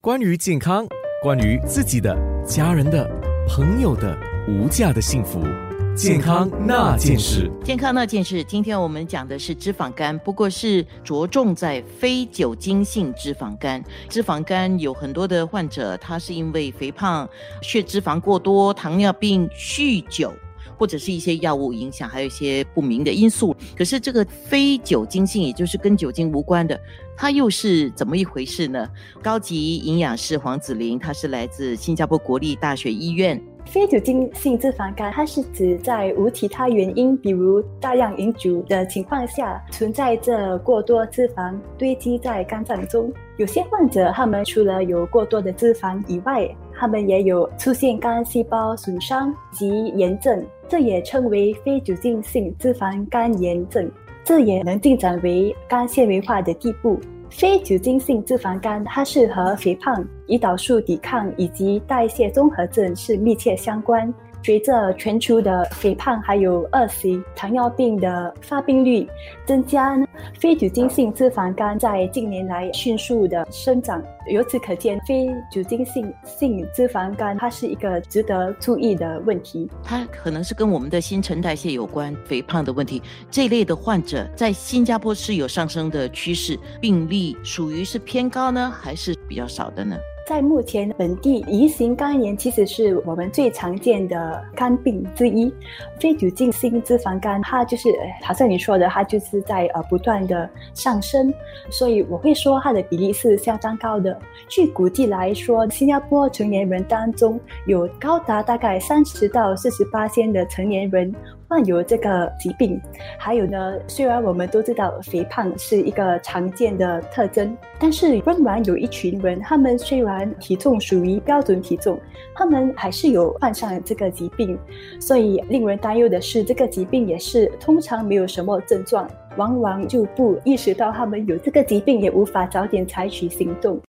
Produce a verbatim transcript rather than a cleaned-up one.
关于健康，关于自己的、家人的、朋友的无价的幸福。健康那件事， 健康那件事，今天我们讲的是脂肪肝，不过是着重在非酒精性脂肪肝。脂肪肝有很多的患者，他是因为肥胖、血脂肪过多、糖尿病、酗酒，或者是一些药物影响，还有一些不明的因素。可是这个非酒精性，也就是跟酒精无关的，它又是怎么一回事呢？高级营养师黄子玲，她是来自新加坡国立大学医院。 非酒精性脂肪肝，它是指在无其他原因，比如大量饮酒的情况下，存在着过多脂肪堆积在肝脏中。有些患者，他们除了有过多的脂肪以外，他们也有出现肝细胞损伤及炎症，这也称为非酒精性脂肪肝炎症，这也能进展为肝纤维化的地步。非酒精性脂肪肝它是和肥胖、胰岛素抵抗以及代谢综合症是密切相关。随着全球的肥胖还有二型糖尿病的发病率增加呢，非酒精性脂肪肝在近年来迅速的生长。由此可见，非酒精性性脂肪肝它是一个值得注意的问题。 它可能是跟我们的新陈代谢有关，肥胖的问题。这类的患者在新加坡是有上升的趋势，病例属于是偏高呢，还是比较少的呢？ 在目前本地乙型肝炎其实是我们最常见的肝病之一。非酒精性脂肪肝它就是好像你说的，它就是在呃不断的上升，所以我会说它的比例是相当高的。据估计来说，新加坡成年人当中有高达大概三十到四十八%的成年人患有这个疾病。还有呢，虽然我们都知道肥胖是一个常见的特征，但是仍然有一群人，他们虽然体重属于标准体重，他们还是有患上这个疾病。所以令人担忧的是，这个疾病也是通常没有什么症状，往往就不意识到他们有这个疾病，也无法早点采取行动。